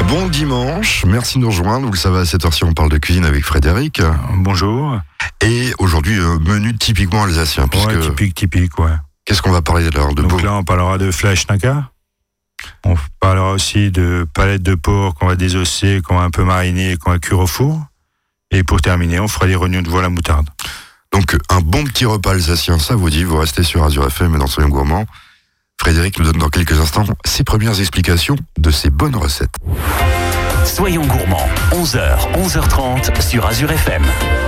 Bon dimanche, merci de nous rejoindre. Vous le savez, à cette heure-ci, on parle de cuisine avec Frédéric. Bonjour. Et aujourd'hui, menu typiquement alsacien. Ouais, typique, ouais. Qu'est-ce qu'on va parler alors de Donc là, on parlera de fleischnacker. On parlera aussi de palettes de porc qu'on va désosser, qu'on va un peu mariner et qu'on va cuire au four. Et pour terminer, on fera des rognons de veau à la moutarde. Donc un bon petit repas alsacien, ça vous dit, vous restez sur Azure FM et dans Soyons Gourmands. Frédéric nous donne dans quelques instants ses premières explications de ces bonnes recettes. Soyons gourmands, 11h, 11h30 sur Azure FM.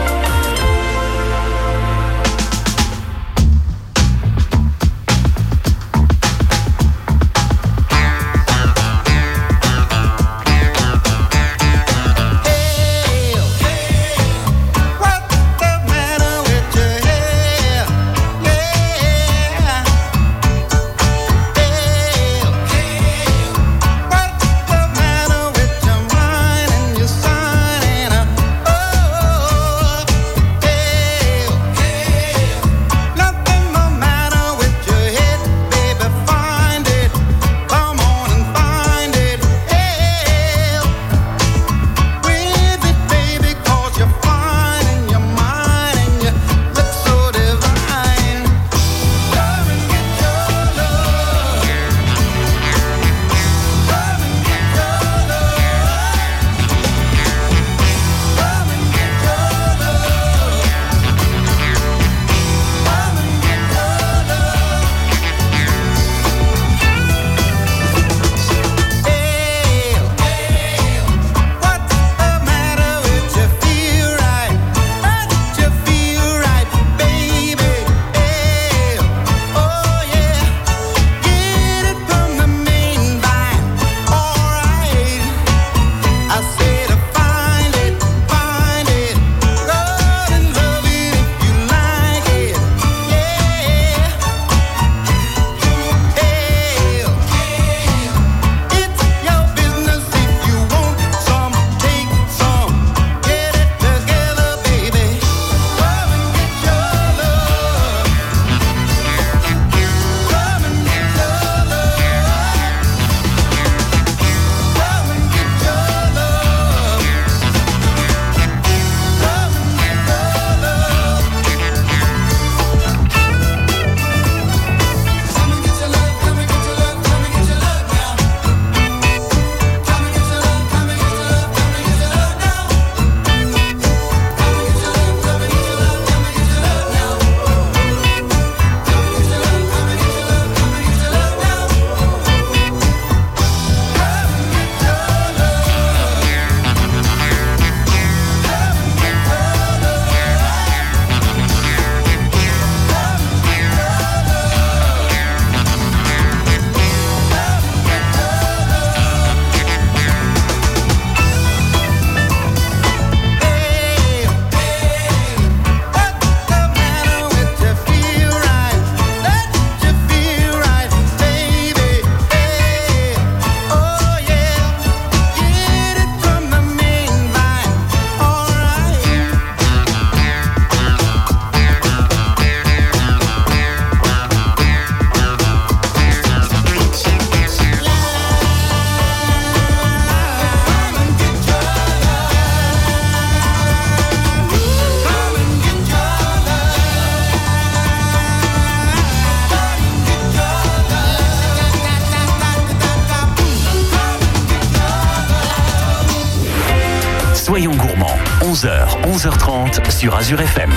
Soyons gourmands, 11h, 11h30 sur Azure FM.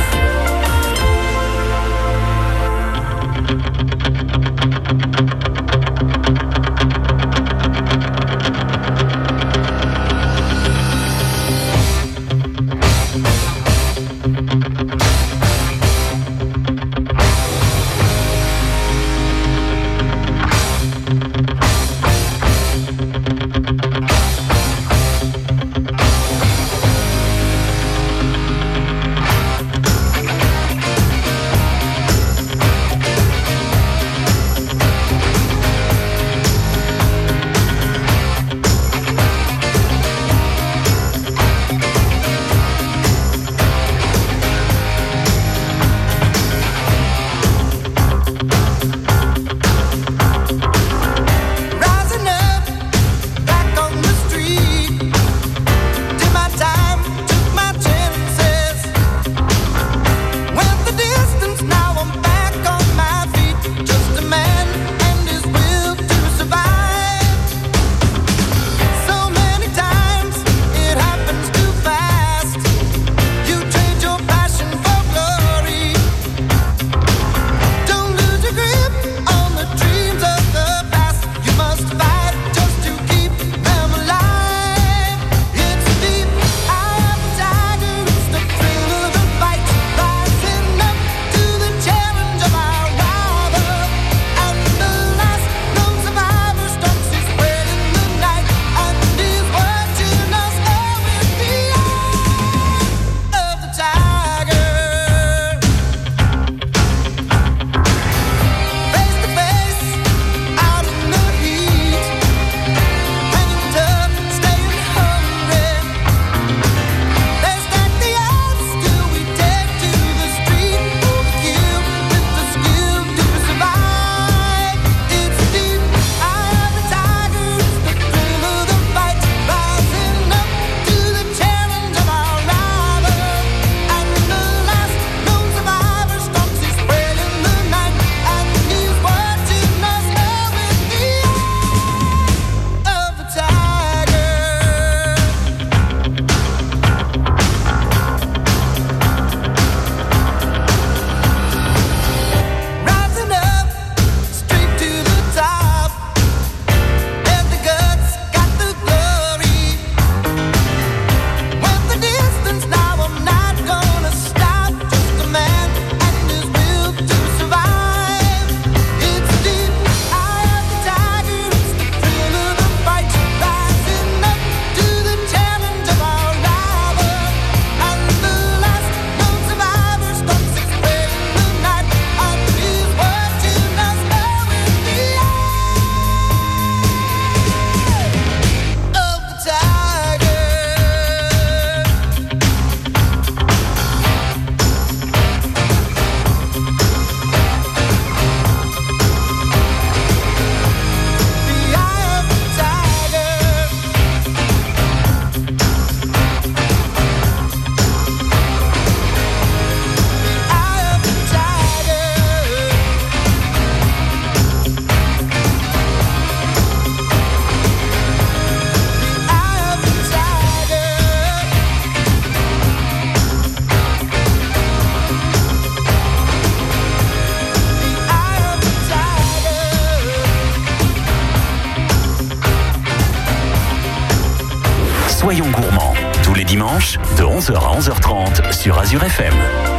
Soyons gourmands, tous les dimanches de 11h à 11h30 sur Azure FM.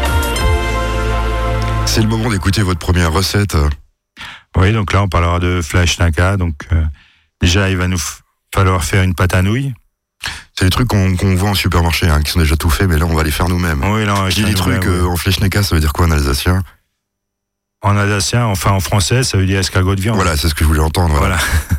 C'est le moment d'écouter votre première recette. Oui, donc là, on parlera de Fleischnacka. Donc, déjà, il va nous falloir faire une pâte à nouilles. C'est les trucs qu'on voit en supermarché, qui sont déjà tout faits, mais là, on va les faire nous-mêmes. Oui, là, on va Je dis faire des trucs nous-mêmes, oui. en Fleischnacka, ça veut dire quoi en alsacien? En alsacien, enfin en français, ça veut dire escargot de viande. Voilà, c'est ce que je voulais entendre. Voilà.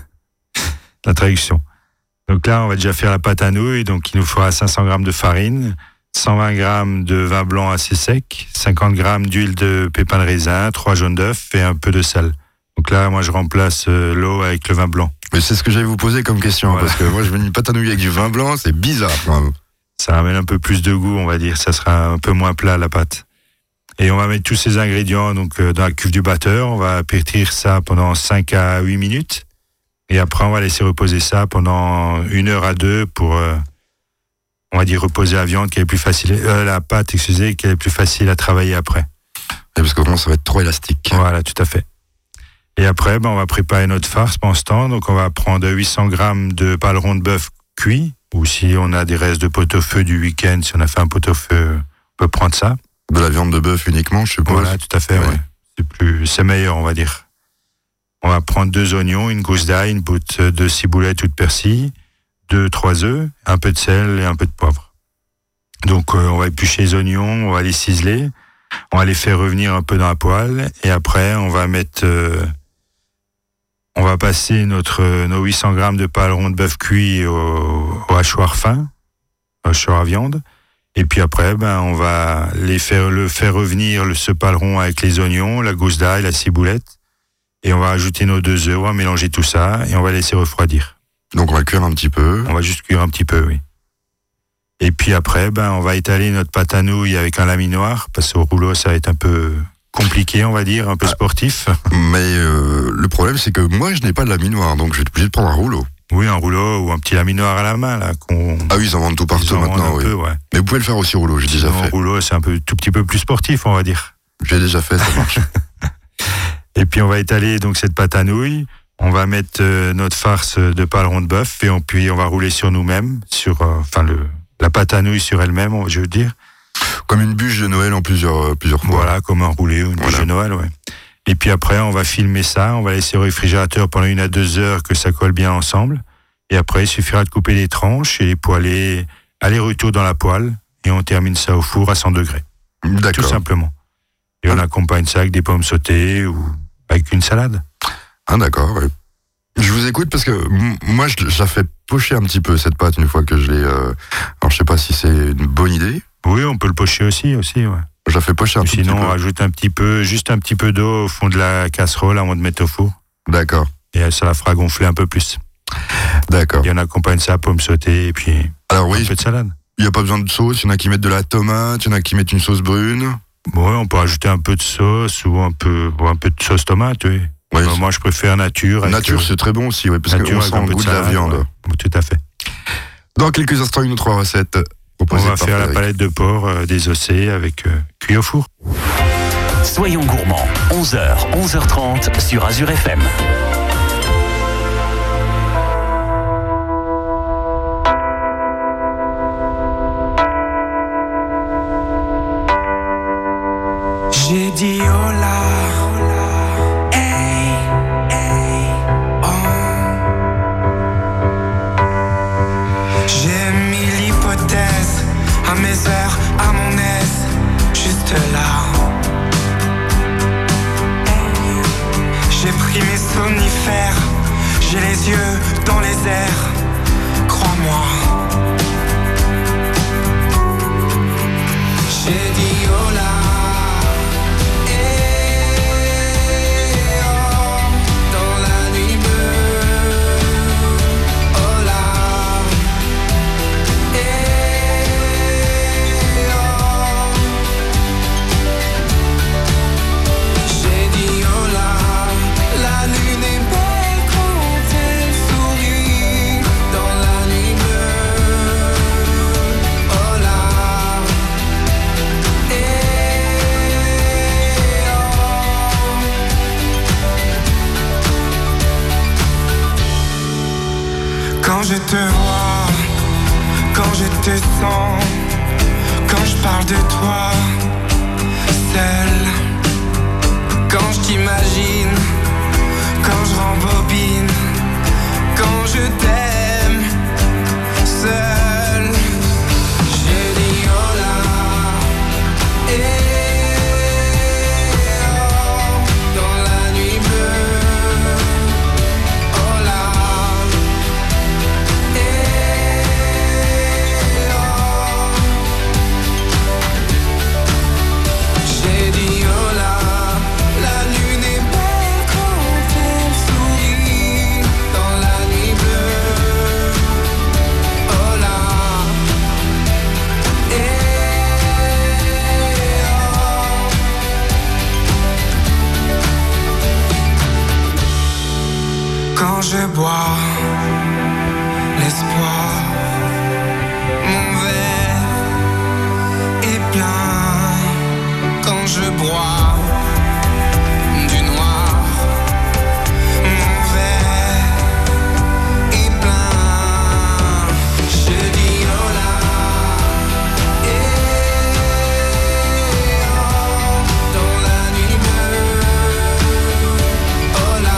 La traduction. Donc là, on va déjà faire la pâte à nouilles. Donc, il nous faudra 500 g de farine, 120 g de vin blanc assez sec, 50 g d'huile de pépins de raisin, 3 jaunes d'œufs et un peu de sel. Donc là, moi, je remplace l'eau avec le vin blanc. Mais c'est ce que j'allais vous poser comme question, Voilà. parce que moi, je veux une pâte à nouilles avec du vin blanc, c'est bizarre quand même. Ça ramène un peu plus de goût, on va dire. Ça sera un peu moins plat, la pâte. Et on va mettre tous ces ingrédients donc dans la cuve du batteur. On va pétrir ça pendant 5 à 8 minutes. Et après, on va laisser reposer ça pendant 1 heure à 2 pour, on va dire, reposer la viande, la pâte, excusez, qu'elle est plus facile à travailler après. Et parce qu'autrement, ça va être trop élastique. Voilà, tout à fait. Et après, on va préparer notre farce pendant ce temps. Donc, on va prendre 800 grammes de paleron de bœuf cuit. Ou si on a des restes de pot-au-feu du week-end, si on a fait un pot-au-feu, on peut prendre ça. De la viande de bœuf uniquement, je suppose. Voilà, tout à fait, Ouais. ouais. C'est meilleur, on va dire. On va prendre 2 oignons, une gousse d'ail, une boute de ciboulette ou de persil, 2-3 œufs, un peu de sel et un peu de poivre. Donc, on va éplucher les oignons, on va les ciseler, on va les faire revenir un peu dans la poêle, et après, on va mettre, on va passer nos 800 grammes de paleron de bœuf cuit au hachoir fin, au hachoir à viande. Et puis après, on va le faire revenir, ce paleron avec les oignons, la gousse d'ail, la ciboulette. Et on va ajouter nos 2 œufs, on va mélanger tout ça et on va laisser refroidir. Donc on va cuire un petit peu. On va juste cuire un petit peu, oui. Et puis après, on va étaler notre pâte à nouilles avec un laminoir, parce qu'au rouleau, ça va être un peu compliqué, on va dire, un peu sportif. Mais le problème, c'est que moi, je n'ai pas de laminoir, donc je vais être obligé de prendre un rouleau. Oui, un rouleau ou un petit laminoir à la main, là. Ah oui, ils en vendent tout partout maintenant, oui. Peu, ouais. Mais vous pouvez le faire aussi au rouleau, j'ai déjà fait. Un rouleau, c'est tout petit peu plus sportif, on va dire. J'ai déjà fait, ça marche. Et puis on va étaler donc cette pâte à nouilles, on va mettre notre farce de paleron de bœuf et puis on va rouler sur nous-mêmes, sur la pâte à nouilles sur elle-même, je veux dire. Comme une bûche de Noël en plusieurs fois. Voilà, comme un roulé ou une bûche de Noël, ouais. Et puis après, on va filmer ça, on va laisser au réfrigérateur pendant 1 à 2 heures que ça colle bien ensemble. Et après, il suffira de couper les tranches et les poêler aller-retour dans la poêle et on termine ça au four à 100 degrés. D'accord. Tout simplement. Et on accompagne ça avec des pommes sautées ou avec une salade. Ah d'accord, oui. Je vous écoute parce que moi, je la fais pocher un petit peu, cette pâte, une fois que je l'ai... Alors, je sais pas si c'est une bonne idée. Oui, on peut le pocher aussi, ouais. Je la fais pocher un petit peu. Sinon, on rajoute juste un petit peu d'eau au fond de la casserole avant de mettre au four. D'accord. Et ça la fera gonfler un peu plus. D'accord. Et on accompagne ça à pommes sautées et puis alors, un peu de salade. Il n'y a pas besoin de sauce, il y en a qui mettent de la tomate, il y en a qui mettent une sauce brune. Bon, on peut rajouter un peu de sauce ou un peu de sauce tomate, oui. Oui. Moi, je préfère nature. Nature, c'est très bon aussi, oui, parce nature qu'on avec sent un le peu goût de la salade, viande. ouais. Tout à fait. Dans quelques instants, une autre recette On proposée va par faire la Frédéric. palette de porc désossée avec cuit au four. Soyons gourmands, 11h, 11h30 sur Azure FM. J'ai dit hola, hey, hey, oh. J'ai mis l'hypothèse à mes heures, à mon aise, juste là. Hey. J'ai pris mes somnifères, j'ai les yeux dans les airs, crois-moi. J'ai dit hola. Dans la nuit bleue, oh là. je te sens, quand je parle de toi, seul. Quand je t'imagine, quand je rembobine, quand je t'aime, seul. J'ai dit oh là, dans la nuit bleue, oh là, j'ai dit oh là. Quand je bois l'espoir, mon verre est plein. Quand je bois du noir, mon verre est plein. Je dis oh là, dans la nuit bleue, oh là.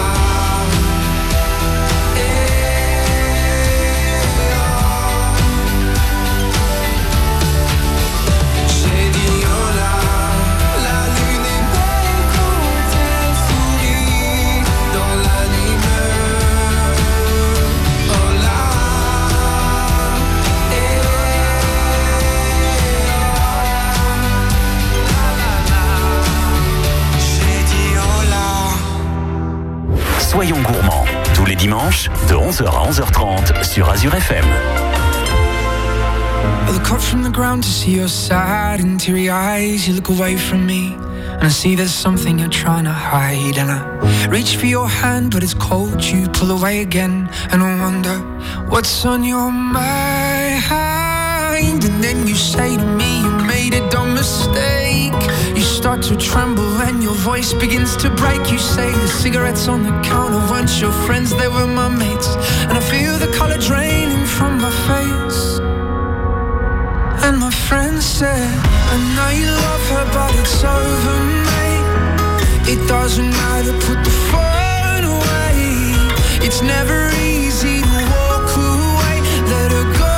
Soyons gourmands, tous les dimanches, de 11h à 11h30 sur Azure FM. I look up from the ground to see your sad and teary eyes. You look away from me and I see there's something you're trying to hide. And I reach for your hand but it's cold. You pull away again and I wonder what's on your mind. And then you say to me you made a dumb mistake. You start to tremble and your voice begins to break. You say the cigarettes on the counter weren't your friends, they were my mates. And I feel the color draining from my face. And my friend said, I know you love her but it's over, mate. It doesn't matter, put the phone away. It's never easy to walk away. Let her go,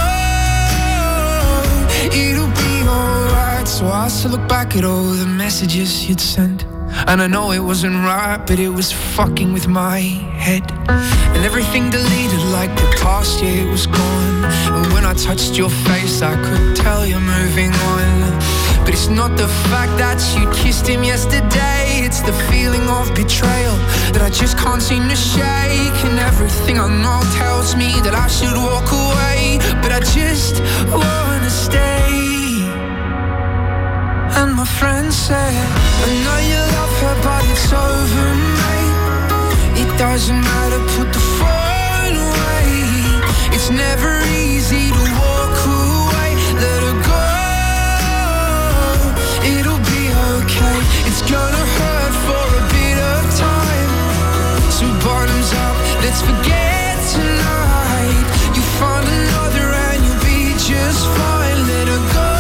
it'll be alright. So I still look back at all the messages you'd sent. And I know it wasn't right, but it was fucking with my head. And everything deleted like the past year was gone. And when I touched your face I could tell you're moving on. But it's not the fact that you kissed him yesterday. It's the feeling of betrayal that I just can't seem to shake. And everything I know tells me that I should walk away, but I just wanna stay. And my friend said, I know you love her but it's over, mate. It doesn't matter, put the phone away. It's never easy to walk away. Let her go, it'll be okay. It's gonna hurt for a bit of time. So bottoms up, let's forget tonight. You find another and you'll be just fine. Let her go.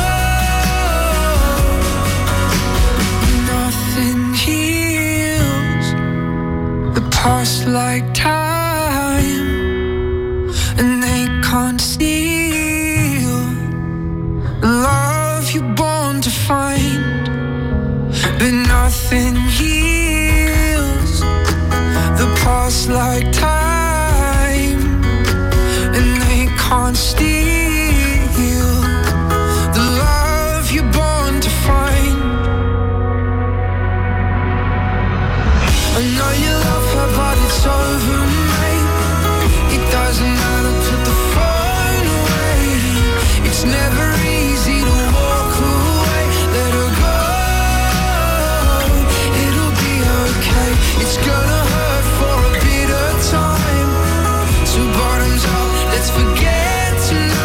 Nothing heals the past like time, and they can't steal the love you're born to find. But nothing heals the past like time, and they can't steal the love you're born to find. I know you love her but it's over, mate. It doesn't matter, put the phone away. It's never easy to walk away. Let her go, it'll be okay. It's gonna hurt for a bit of time. So bottoms up, let's forget tonight.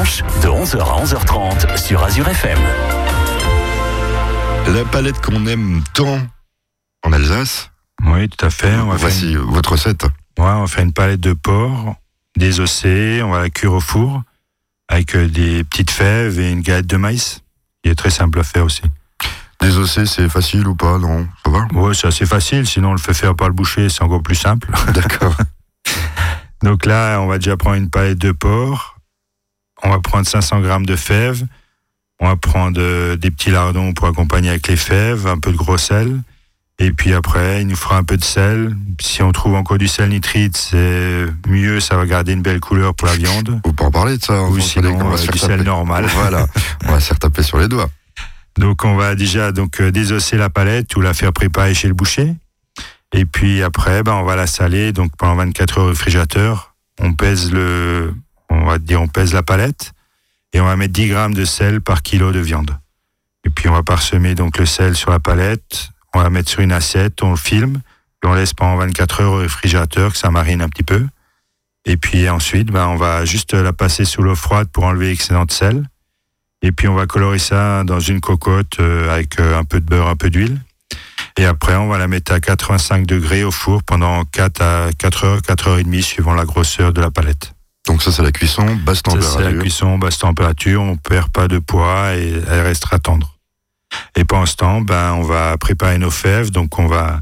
dimanche, de 11h à 11h30 sur Azure FM. La palette qu'on aime tant en Alsace. Oui, tout à fait. Voici votre recette. Ouais, on va faire une palette de porc désossée, on va la cuire au four avec des petites fèves et une galette de maïs. Il est très simple à faire aussi. Désossé, c'est facile ou pas? Non, ça va? Ouais, c'est assez facile, sinon on le fait faire par le boucher, c'est encore plus simple. D'accord. Donc là, on va déjà prendre une palette de porc, on va prendre 500 grammes de fèves, on va prendre des petits lardons pour accompagner avec les fèves, un peu de gros sel, et puis après, il nous fera un peu de sel. Si on trouve encore du sel nitrite, c'est mieux, ça va garder une belle couleur pour la viande. Faut pas en parler de ça. Ou sinon, du sel normal. Voilà, on va se faire taper sur les doigts. Donc on va déjà désosser la palette ou la faire préparer chez le boucher. Et puis après, on va la saler. Donc pendant 24 heures au réfrigérateur, on pèse la palette et on va mettre 10 grammes de sel par kilo de viande. Et puis on va parsemer donc le sel sur la palette. On va mettre sur une assiette, on le filme, et on laisse pendant 24 heures au réfrigérateur que ça marine un petit peu. Et puis ensuite, on va juste la passer sous l'eau froide pour enlever l'excédent de sel. Et puis on va colorer ça dans une cocotte avec un peu de beurre, un peu d'huile. Et après, on va la mettre à 85 degrés au four pendant 4 à 4 heures, 4 heures et demie, suivant la grosseur de la palette. Donc ça, c'est la cuisson basse température. Ça, c'est la cuisson basse température, on perd pas de poids et elle restera tendre. Et pendant ce temps, on va préparer nos fèves. Donc on va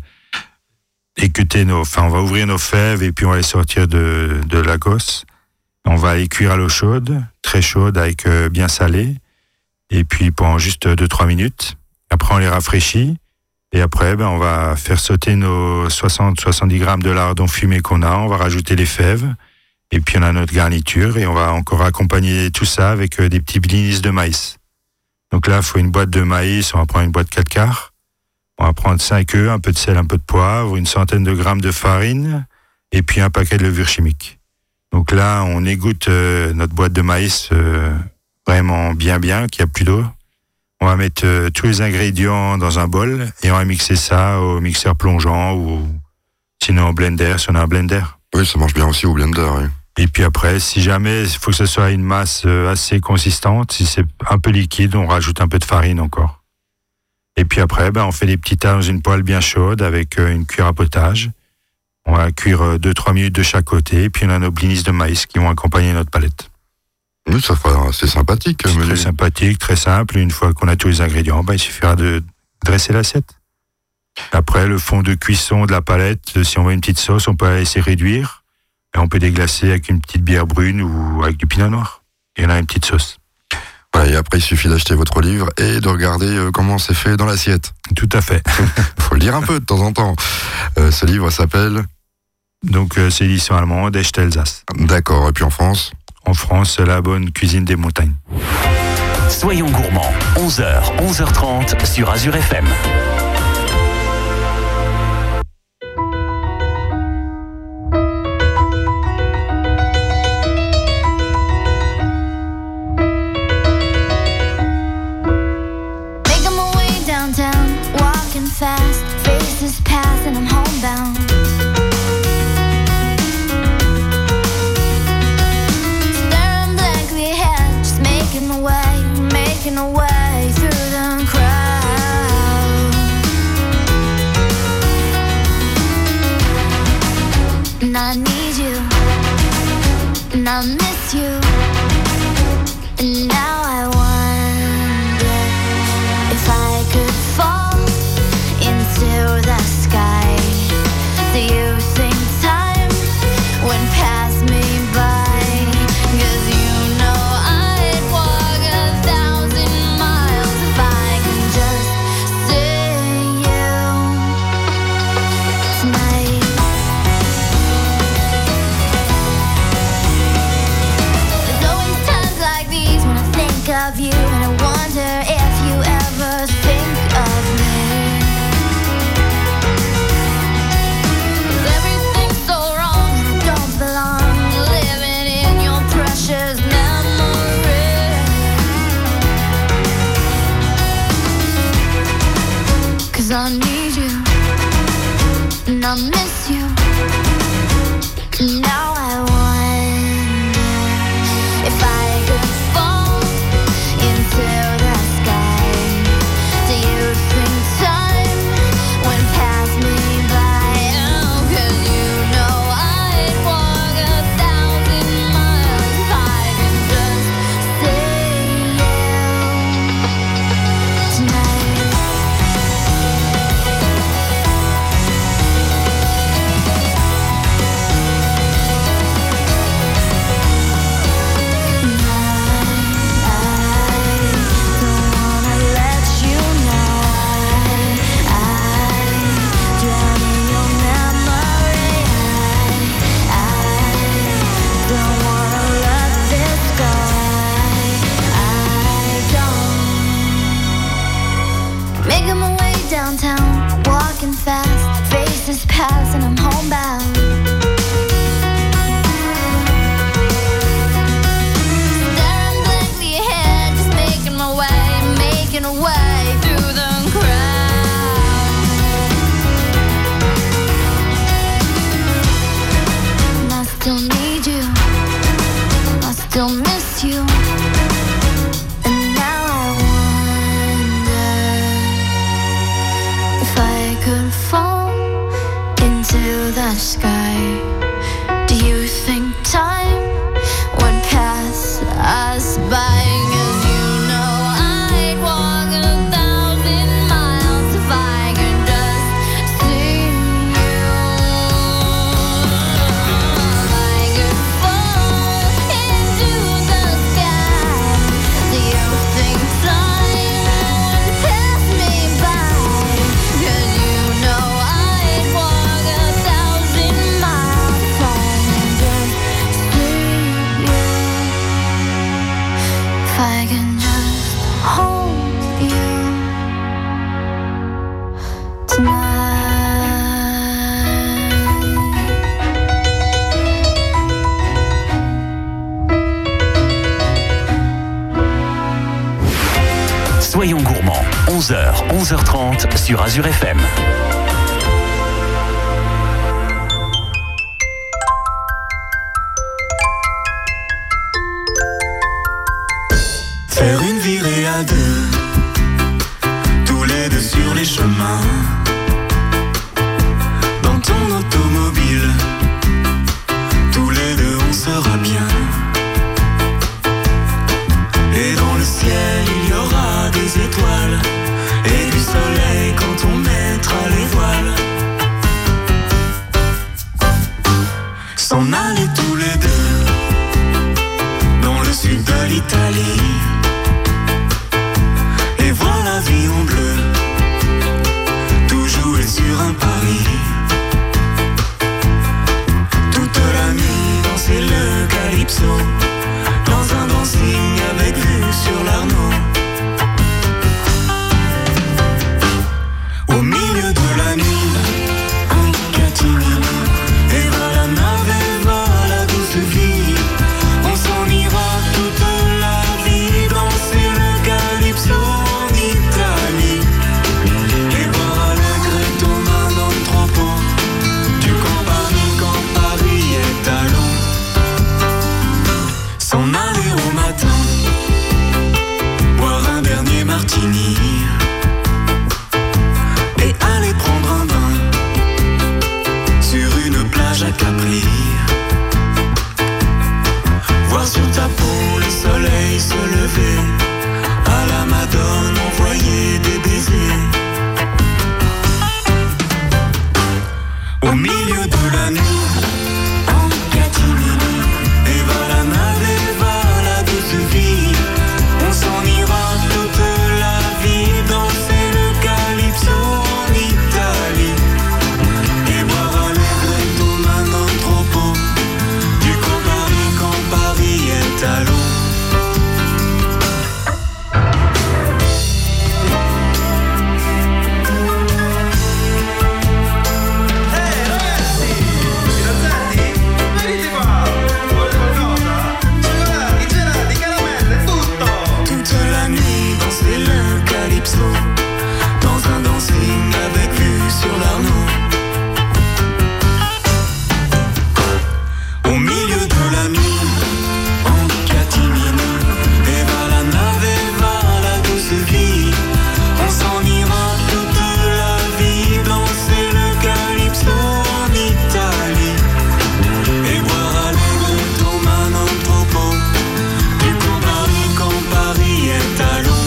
on va ouvrir nos fèves et puis on va les sortir de la gosse. On va les cuire à l'eau chaude, très chaude, avec bien salé. Et puis pendant juste 2-3 minutes. Après on les rafraîchit. Et après, on va faire sauter nos 60-70 grammes de lardons fumés qu'on a. On va rajouter les fèves. Et puis on a notre garniture. Et on va encore accompagner tout ça avec des petits blinis de maïs. Donc là, il faut une boîte de maïs, on va prendre une boîte 4 quarts. On va prendre 5 œufs, un peu de sel, un peu de poivre, une centaine de grammes de farine, et puis un paquet de levure chimique. Donc là, on égoutte notre boîte de maïs vraiment bien, qu'il n'y a plus d'eau. On va mettre tous les ingrédients dans un bol, et on va mixer ça au mixeur plongeant, ou sinon au blender, si on a un blender. Oui, ça marche bien aussi au blender, oui. Et puis après, si jamais, il faut que ce soit une masse assez consistante. Si c'est un peu liquide, on rajoute un peu de farine encore. Et puis après, on fait des petits tas dans une poêle bien chaude avec une cuillère à potage. On va cuire 2-3 minutes de chaque côté. Et puis on a nos blinis de maïs qui vont accompagner notre palette. Oui, ça fera assez sympathique. C'est très sympathique, très simple. Une fois qu'on a tous les ingrédients, il suffira de dresser l'assiette. Après, le fond de cuisson de la palette, si on veut une petite sauce, on peut la laisser réduire. Et on peut déglacer avec une petite bière brune ou avec du pinot noir. Et on a une petite sauce. Voilà, et après, il suffit d'acheter votre livre et de regarder comment c'est fait dans l'assiette. Tout à fait. Faut le lire un peu de temps en temps. Ce livre s'appelle... Donc, c'est l'édition allemande, Echte Elsass. D'accord. Et puis en France? En France, la bonne cuisine des montagnes. Soyons gourmands. 11h, 11h30 sur Azure FM. Fast, faces pass and I'm homebound. Staring blankly ahead, just making a way through the crowd. And I need you, and I miss you, and now I wonder if I could fall into the sky. Do you think time went past me by? 'Cause you know I'd walk 1,000 miles if I could just see you tonight. There's always times like these when I think of you, and I wonder if you ever think of me. I need you, and I miss you, and now I wonder if I could fall This is past and I'm homebound. Staring blankly ahead, just making my way through the crowd. And I still need you, I still miss you. And now I wonder if I could fall into the sky. Do you think time would pass us by? 'Cause you know I'd walk 1,000 miles if I could just see you. I could fall into the sky. Do you think time would pass me by? 'Cause you know I'd walk 1,000 miles if I could just see you. If I can just hold you tonight. Soyons gourmands, 11h, 11h30 sur Azure FM. Faire une virée à deux, tous les deux sur les chemins. Dans ton automobile, tous les deux on sera bien. Et dans le ciel il y aura des étoiles et du soleil quand on mettra les voiles. S'en aller tous les deux dans le sud de l'Italie et voir la vie en bleu, tout jouer sur un pari. Toute la nuit danser le calypso dans un dancing avec vue sur l'Arno. Au milieu de la nuit, un catimini et va la nave, va la douce vie. On s'en ira toute la vie danser le calypso en Italie et boire à la grette aux mains dans le troupeau du camp Paris quand Paris est à l'eau. S'en aller au matin, boire un dernier martini et aller prendre un bain sur une plage à Capri. Voir sur ta peau le soleil se lever, à la Madone envoyer des baisers. Au milieu de la nuit, en catimini, et va la nave, et va la douce vie. On s'en ira toute la vie danser le calypso en Italie et boire à l'aigre aux mains dans le troupeau du camp Paris quand Paris est à l'eau. Toute la nuit danser le calypso dans un dancing avec vue sur l'Arno. Au milieu de la nuit, en catimini, et va la nave, et va la douce vie. On s'en ira toute la vie danser le calypso en Italie et boire à l'aigre aux mains dans le troupeau du camp Paris quand Paris est à l'eau.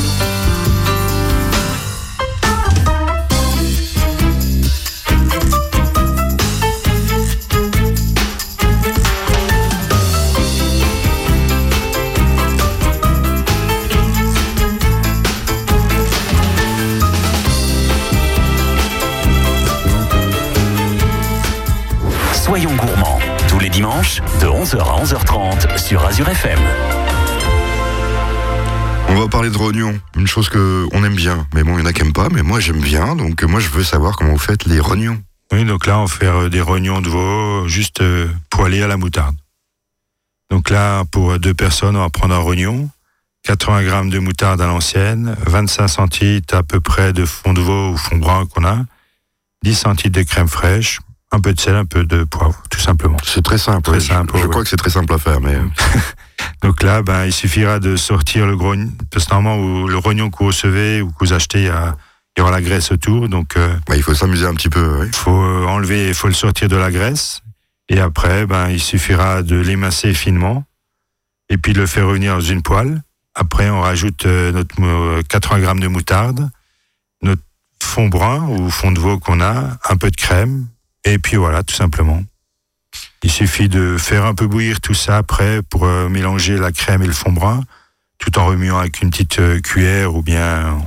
Soyons gourmands, tous les dimanches de 11h à 11h30 sur Azure FM. On va parler de rognons, une chose qu'on aime bien. Mais bon, il y en a qui n'aiment pas, mais moi j'aime bien. Donc moi je veux savoir comment vous faites les rognons. Oui, donc là, on fait des rognons de veau juste poêlés à la moutarde. Donc là, pour 2 personnes, on va prendre un rognon, 80 grammes de moutarde à l'ancienne, 25 centilitres à peu près de fond de veau ou fond brun qu'on a, 10 centilitres de crème fraîche, un peu de sel, un peu de poivre, tout simplement. C'est très simple. Très simple, je crois que c'est très simple à faire, mais... Donc là, il suffira de sortir le gros... Parce que normalement, le rognon que vous recevez ou que vous achetez, il y aura la graisse autour. Donc, il faut s'amuser un petit peu. Oui. Il faut le sortir de la graisse. Et après, il suffira de l'émincer finement. Et puis de le faire revenir dans une poêle. Après, on rajoute notre 80 grammes de moutarde, notre fond brun ou fond de veau qu'on a, un peu de crème. Et puis voilà, tout simplement. Il suffit de faire un peu bouillir tout ça après pour mélanger la crème et le fond tout en remuant avec une petite cuillère ou bien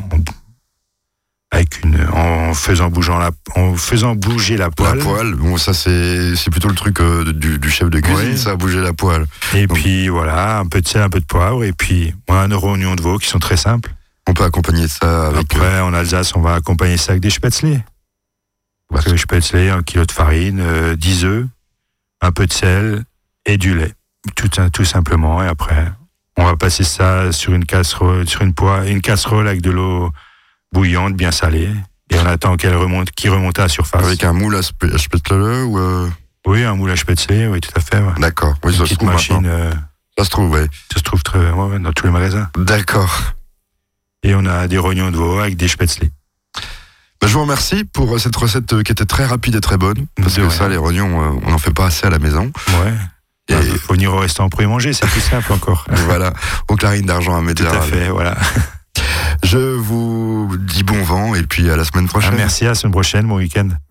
en faisant bouger la poêle. La poêle, bon, ça c'est plutôt le truc du chef de cuisine, ça, bouger la poêle. Et donc, puis voilà, un peu de sel, un peu de poivre, et puis on a un oignon de veau qui sont très simples. On peut accompagner ça avec... Après, en Alsace, on va accompagner ça avec des spätzle. Parce que spätzle, 1 kilo de farine, 10 œufs, un peu de sel et du lait. Tout simplement. Et après, on va passer ça sur une casserole, une casserole avec de l'eau bouillante, bien salée. Et on attend qu'il remonte à la surface. Avec un moule à spätzle ou... Oui, un moule à spätzle, oui, tout à fait. Ouais. D'accord. Oui, une petite machine. Ça se trouve, oui. Ça se trouve dans tous les magasins. D'accord. Et on a des rognons de veau avec des spätzle. Je vous remercie pour cette recette qui était très rapide et très bonne. Parce que ça, les rognons, on n'en fait pas assez à la maison. Ouais. Il faut venir au restaurant pour y manger, c'est plus simple encore. Voilà, aux Clarines d'Argent à Médéral. Tout à fait, voilà. Je vous dis bon vent et puis à la semaine prochaine. Merci, à la semaine prochaine, bon week-end.